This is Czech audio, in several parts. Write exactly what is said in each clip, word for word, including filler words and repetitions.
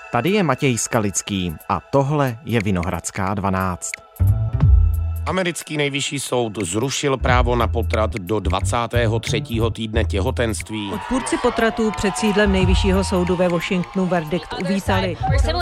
Tady je Matěj Skalický a tohle je Vinohradská dvanáct. Americký nejvyšší soud zrušil právo na potrat do dvacátého třetího týdne těhotenství. Odpůrci potratů před sídlem nejvyššího soudu ve Washingtonu verdikt uvítali.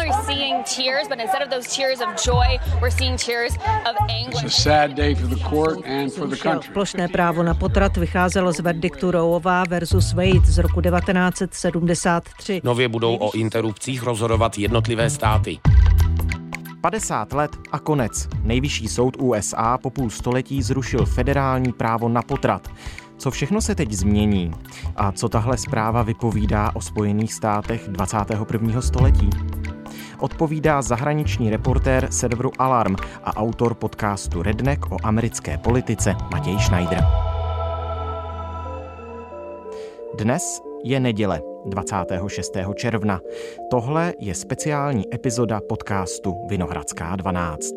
Plošné právo na potrat vycházelo z verdiktu Roeová versus Wade z roku devatenáct set sedmdesát tři. Nově budou o interrupcích rozhodovat jednotlivé státy. padesát let a konec. Nejvyšší soud U S A po půl století zrušil federální právo na potrat. Co všechno se teď změní? A co tahle zpráva vypovídá o Spojených státech dvacátého prvního století? Odpovídá zahraniční reportér serveru Alarm a autor podcastu Redneck o americké politice Matěj Schneider. Dnes je neděle, dvacátého šestého června. Tohle je speciální epizoda podcastu Vinohradská dvanáct.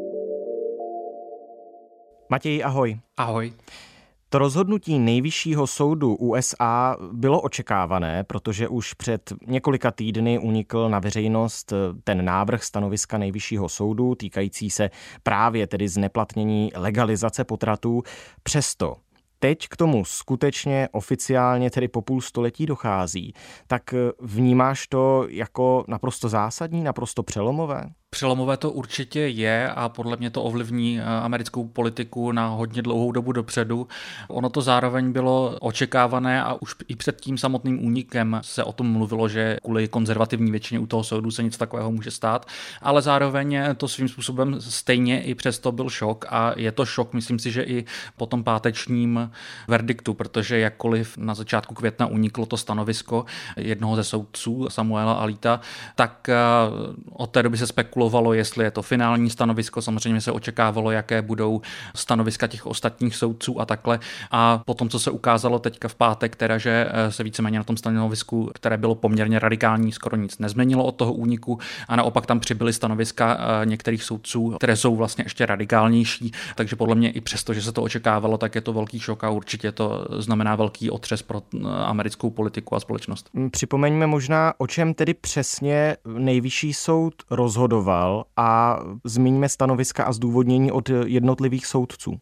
Matěj, ahoj. Ahoj. To rozhodnutí nejvyššího soudu U S A bylo očekávané, protože už před několika týdny unikl na veřejnost ten návrh stanoviska nejvyššího soudu týkající se právě tedy zneplatnění legalizace potratů. Přesto teď k tomu skutečně oficiálně tedy po půl století dochází. Tak vnímáš to jako naprosto zásadní, naprosto přelomové? Přelomové to určitě je a podle mě to ovlivní americkou politiku na hodně dlouhou dobu dopředu. Ono to zároveň bylo očekávané a už i před tím samotným únikem se o tom mluvilo, že kvůli konzervativní většině u toho soudu se něco takového může stát, ale zároveň to svým způsobem stejně i přesto byl šok a je to šok, myslím si, že i po tom pátečním verdiktu, protože jakkoliv na začátku května uniklo to stanovisko jednoho ze soudců, Samuela Alita, tak od té doby se spekulovalo, jestli je to finální stanovisko, samozřejmě se očekávalo, jaké budou stanoviska těch ostatních soudců a takhle. A potom, co se ukázalo teďka v pátek, teda, že se víceméně na tom stanovisku, které bylo poměrně radikální, skoro nic nezměnilo od toho úniku a naopak tam přibyly stanoviska některých soudců, které jsou vlastně ještě radikálnější, takže podle mě i přesto, že se to očekávalo, tak je to velký šok a určitě to znamená velký otřes pro americkou politiku a společnost. Připomeňme možná, o čem tedy přesně nejvyšší soud rozhodoval a zmiňme stanoviska a zdůvodnění od jednotlivých soudců.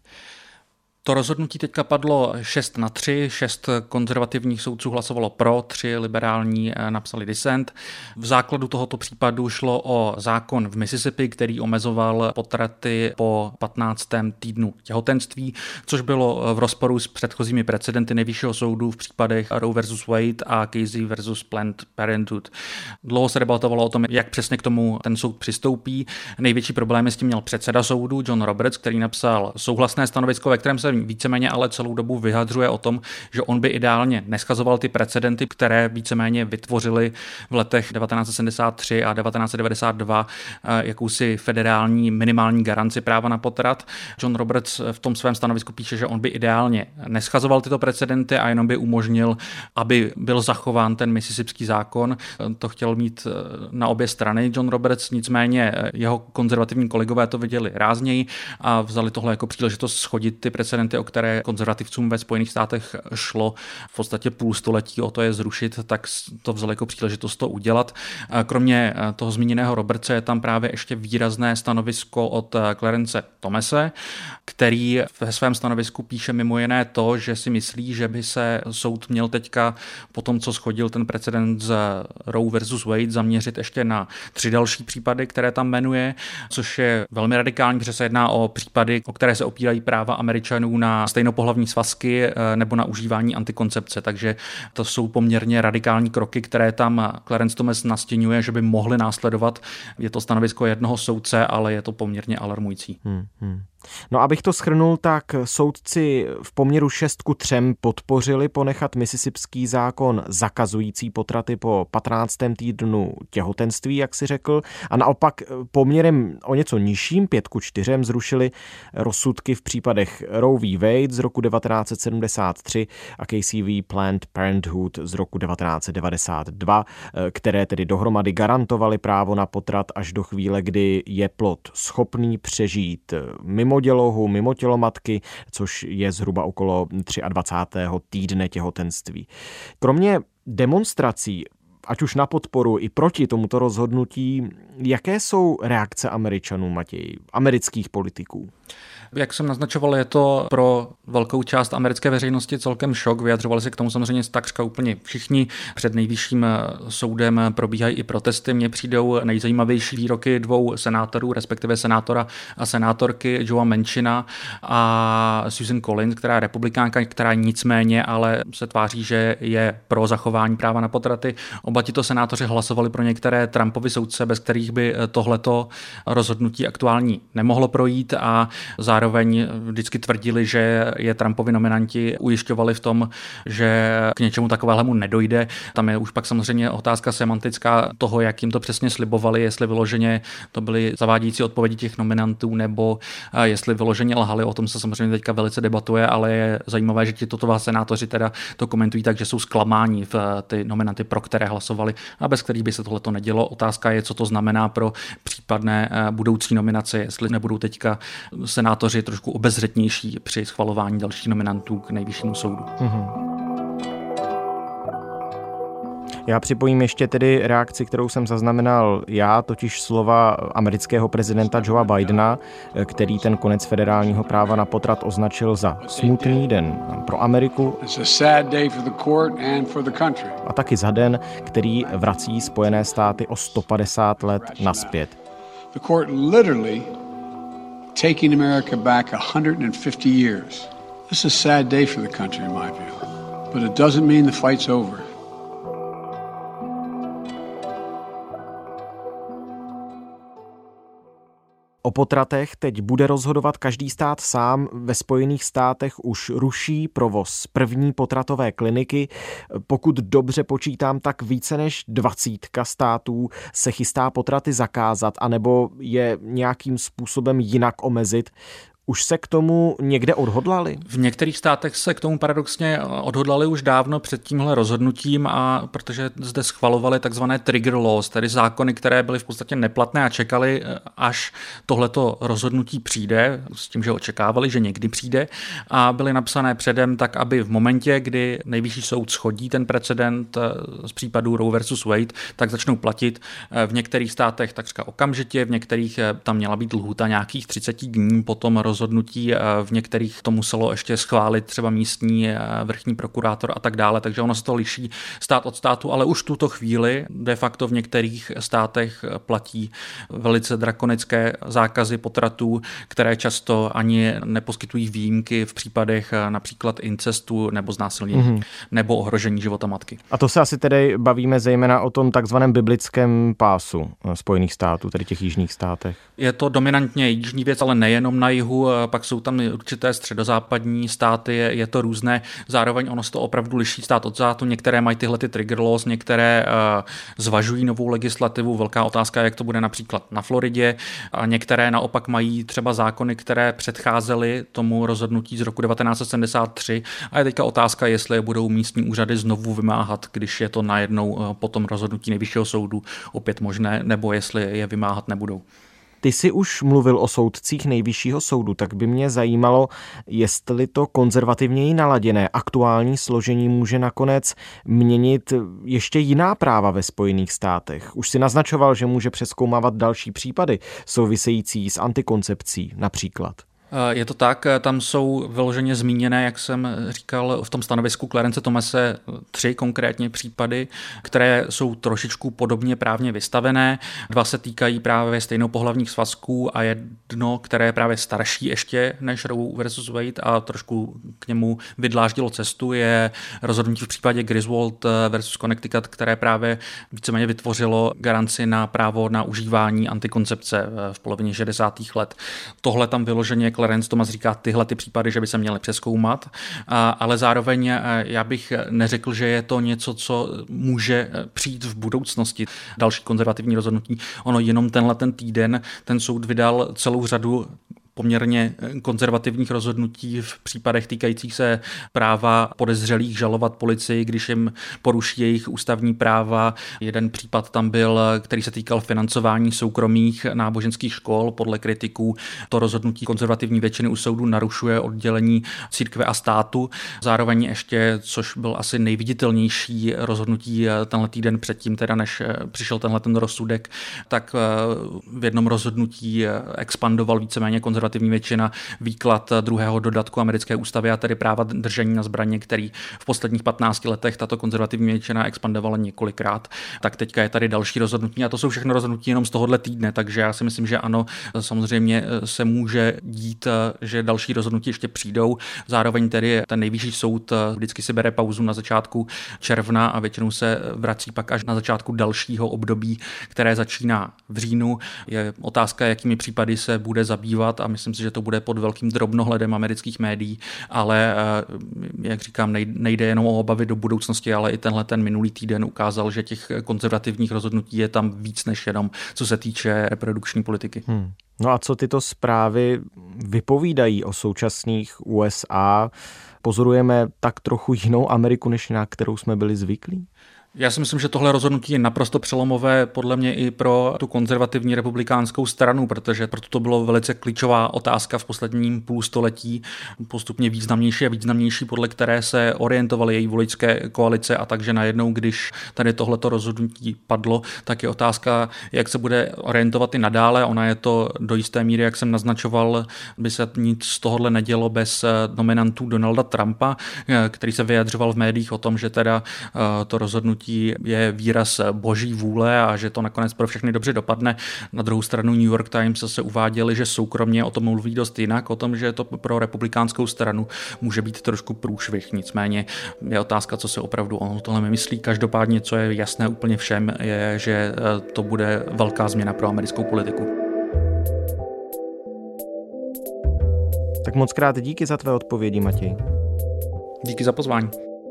To rozhodnutí teďka padlo šest na tři, šest konzervativních soudců hlasovalo pro, tři liberální napsali dissent. V základu tohoto případu šlo o zákon v Mississippi, který omezoval potraty po patnáctém týdnu těhotenství, což bylo v rozporu s předchozími precedenty nejvyššího soudu v případech Roe versus Wade a Casey versus Planned Parenthood. Dlouho se debatovalo o tom, jak přesně k tomu ten soud přistoupí. Největší problémy s tím měl předseda soudu John Roberts, který napsal souhlasné stanovisko, ve kterém se víceméně ale celou dobu vyjadřuje o tom, že on by ideálně neschazoval ty precedenty, které víceméně vytvořily v letech devatenáct set sedmdesát tři a devatenáct set devadesát dva jakousi federální minimální garanci práva na potrat. John Roberts v tom svém stanovisku píše, že on by ideálně neschazoval tyto precedenty a jenom by umožnil, aby byl zachován ten mississippský zákon. To chtěl mít na obě strany John Roberts, nicméně jeho konzervativní kolegové to viděli rázněji a vzali tohle jako příležitost shodit ty precedenty, o které konzervativcům ve Spojených státech šlo v podstatě půl století o to je zrušit, tak to vzali jako příležitost to udělat. Kromě toho zmíněného Robertse je tam právě ještě výrazné stanovisko od Clarence Thomase, který ve svém stanovisku píše mimo jiné to, že si myslí, že by se soud měl teďka po tom, co shodil ten precedent z Roe versus Wade, zaměřit ještě na tři další případy, které tam jmenuje, což je velmi radikální, protože se jedná o případy, o které se opírají práva Američanů na stejnopohlavní svazky nebo na užívání antikoncepce, takže to jsou poměrně radikální kroky, které tam Clarence Thomas nastěňuje, že by mohly následovat. Je to stanovisko jednoho soudce, ale je to poměrně alarmující. Hmm, hmm. No, abych to shrnul, tak soudci v poměru šest ku třem podpořili ponechat mississippský zákon zakazující potraty po patnáctém týdnu těhotenství, jak si řekl, a naopak poměrem o něco nižším, pět ku čtyřem, zrušili rozsudky v případech Roe v. Wade z roku devatenáct set sedmdesát tři a Casey v. Planned Parenthood z roku devatenáct set devadesát dva, které tedy dohromady garantovaly právo na potrat až do chvíle, kdy je plod schopný přežít mimo dělohu, mimo tělo matky, což je zhruba okolo dvacátého třetího týdne těhotenství. Kromě demonstrací ať už na podporu i proti tomuto rozhodnutí. Jaké jsou reakce Američanů, Matěj, amerických politiků? Jak jsem naznačoval, je to pro velkou část americké veřejnosti celkem šok. Vyjadřovali se k tomu samozřejmě takřka úplně všichni. Před nejvyšším soudem probíhají i protesty. Mně přijdou nejzajímavější výroky dvou senátorů, respektive senátora a senátorky Joea Manchina a Susan Collins, která je republikánka, která nicméně ale se tváří, že je pro zachování práva na potraty. Oba tito senátoři hlasovali pro některé Trumpovy soudce, bez kterých by tohleto rozhodnutí aktuální nemohlo projít, a zároveň Zároveň vždycky tvrdili, že je Trumpovi nominanti ujišťovali v tom, že k něčemu takovému nedojde. Tam je už pak samozřejmě otázka semantická toho, jak jim to přesně slibovali, jestli vyloženě to byly zavádějící odpovědi těch nominantů, nebo jestli vyloženě lhali. O tom se samozřejmě teďka velice debatuje, ale je zajímavé, že ti toto dva senátoři teda to komentují tak, že jsou zklamáni v ty nominanty, pro které hlasovali a bez kterých by se tohle to nedělo. Otázka je, co to znamená pro případné budoucí nominace, jestli nebudou teďka senátoři trošku obezřetnější při schvalování dalších nominantů k nejvyššímu soudu. Mm-hmm. Já připojím ještě tedy reakci, kterou jsem zaznamenal já, totiž slova amerického prezidenta Joea Bidena, který ten konec federálního práva na potrat označil za smutný den pro Ameriku a taky za den, který vrací Spojené státy o sto padesát let nazpět. Taking America back one hundred fifty years. This is a sad day for the country, in my view. But it doesn't mean the fight's over. O potratech teď bude rozhodovat každý stát sám. Ve Spojených státech už ruší provoz první potratové kliniky. Pokud dobře počítám, tak více než dvacítka států se chystá potraty zakázat anebo je nějakým způsobem jinak omezit. Už se k tomu někde odhodlali? V některých státech se k tomu paradoxně odhodlali už dávno před tímhle rozhodnutím, a protože zde schvalovali takzvané trigger laws, tedy zákony, které byly v podstatě neplatné a čekali, až tohleto rozhodnutí přijde, s tím, že očekávali, že někdy přijde, a byly napsané předem tak, aby v momentě, kdy nejvyšší soud shodí ten precedent z případu Roe versus Wade, tak začnou platit v některých státech takřka okamžitě, v některých tam měla být lhůta nějakých třicet dní, potom rozhodnutí, v některých to muselo ještě schválit třeba místní vrchní prokurátor a tak dále, takže ono se to liší stát od státu, ale už v tuto chvíli de facto v některých státech platí velice drakonické zákazy potratů, které často ani neposkytují výjimky v případech například incestu nebo znásilnění mm-hmm. nebo ohrožení života matky. A to se asi tedy bavíme zejména o tom takzvaném biblickém pásu Spojených států, tedy těch jižních státech. Je to dominantně jižní věc, ale nejenom na jihu, pak jsou tam určité středozápadní státy, je, je to různé, zároveň ono se to opravdu liší stát od státu, některé mají tyhle ty trigger laws, některé uh, zvažují novou legislativu, velká otázka je, jak to bude například na Floridě, a některé naopak mají třeba zákony, které předcházely tomu rozhodnutí z roku devatenáct set sedmdesát tři, a je teďka otázka, jestli je budou místní úřady znovu vymáhat, když je to najednou uh, po tom rozhodnutí nejvyššího soudu opět možné, nebo jestli je vymáhat nebudou. Ty jsi už mluvil o soudcích nejvyššího soudu, tak by mě zajímalo, jestli to konzervativněji naladěné aktuální složení může nakonec měnit ještě jiná práva ve Spojených státech. Už si naznačoval, že může přezkoumávat další případy související s antikoncepcí například. Je to tak, tam jsou vyloženě zmíněné, jak jsem říkal, v tom stanovisku Clarence Thomase tři konkrétně případy, které jsou trošičku podobně právně vystavené. Dva se týkají právě stejnopohlavních svazků a jedno, které je právě starší ještě než Roe versus Wade a trošku k němu vydláždilo cestu, je rozhodnutí v případě Griswold versus Connecticut, které právě víceméně vytvořilo garanci na právo na užívání antikoncepce v polovině šedesátých let. Tohle tam vyloženě Clarence Thomas říká tyhle ty případy, že by se měly přezkoumat, ale zároveň já bych neřekl, že je to něco, co může přijít v budoucnosti. Další konzervativní rozhodnutí. Ono jenom tenhle ten týden ten soud vydal celou řadu poměrně konzervativních rozhodnutí v případech týkajících se práva podezřelých žalovat policii, když jim poruší jejich ústavní práva. Jeden případ tam byl, který se týkal financování soukromých náboženských škol. Podle kritiků to rozhodnutí konzervativní většiny u soudu narušuje oddělení církve a státu. Zároveň ještě, což byl asi nejviditelnější rozhodnutí tenhle týden předtím, teda než přišel tenhle ten rozsudek, tak v jednom rozhodnutí expandoval víceméně konzervativní většina výklad druhého dodatku americké ústavy, a tedy práva držení na zbraně, který v posledních patnácti letech tato konzervativní většina expandovala několikrát. Tak teďka je tady další rozhodnutí a to jsou všechno rozhodnutí jenom z tohohle týdne, takže já si myslím, že ano, samozřejmě se může dít, že další rozhodnutí ještě přijdou. Zároveň tedy ten nejvyšší soud vždycky si bere pauzu na začátku června a většinou se vrací pak až na začátku dalšího období, které začíná v říjnu. Je otázka, jakými případy se bude zabývat a myslím si, že to bude pod velkým drobnohledem amerických médií, ale jak říkám, nejde jenom o obavy do budoucnosti, ale i tenhle ten minulý týden ukázal, že těch konzervativních rozhodnutí je tam víc než jenom co se týče reprodukční politiky. Hmm. No a co tyto zprávy vypovídají o současných U S A? Pozorujeme tak trochu jinou Ameriku, než na kterou jsme byli zvyklí? Já si myslím, že tohle rozhodnutí je naprosto přelomové podle mě i pro tu konzervativní republikánskou stranu, protože proto to bylo velice klíčová otázka v posledním půlstoletí, postupně významnější a významnější, podle které se orientovaly její voličské koalice, a takže najednou, když tady tohleto rozhodnutí padlo, tak je otázka, jak se bude orientovat i nadále. Ona je to do jisté míry, jak jsem naznačoval, by se nic z tohohle nedělo bez nominantů Donalda Trumpa, který se vyjadřoval v médiích o tom, že teda to rozhodnutí je výraz boží vůle a že to nakonec pro všechny dobře dopadne. Na druhou stranu New York Times se uváděli, že soukromně o tom mluví dost jinak, o tom, že to pro republikánskou stranu může být trošku průšvih. Nicméně je otázka, co se opravdu o tohle myslí. Každopádně, co je jasné úplně všem, je, že to bude velká změna pro americkou politiku. Tak moc krát díky za tvé odpovědi, Matěj. Díky za pozvání.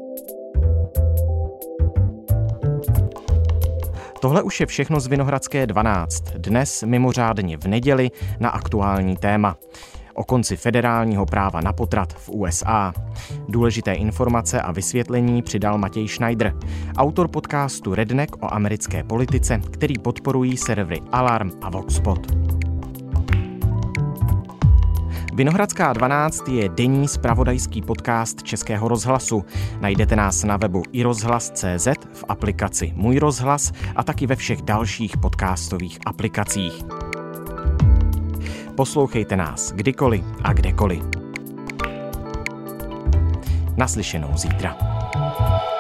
Tohle už je všechno z Vinohradské dvanáct. Dnes mimořádně v neděli na aktuální téma. O konci federálního práva na potrat v U S A. Důležité informace a vysvětlení přidal Matěj Schneider, autor podcastu Redneck o americké politice, který podporují servery Alarm a Voxpot. Vinohradská dvanáct je denní zpravodajský podcast Českého rozhlasu. Najdete nás na webu i rozhlas tečka cé zet, v aplikaci Můj rozhlas a taky ve všech dalších podcastových aplikacích. Poslouchejte nás kdykoliv a kdekoliv. Naslyšenou zítra.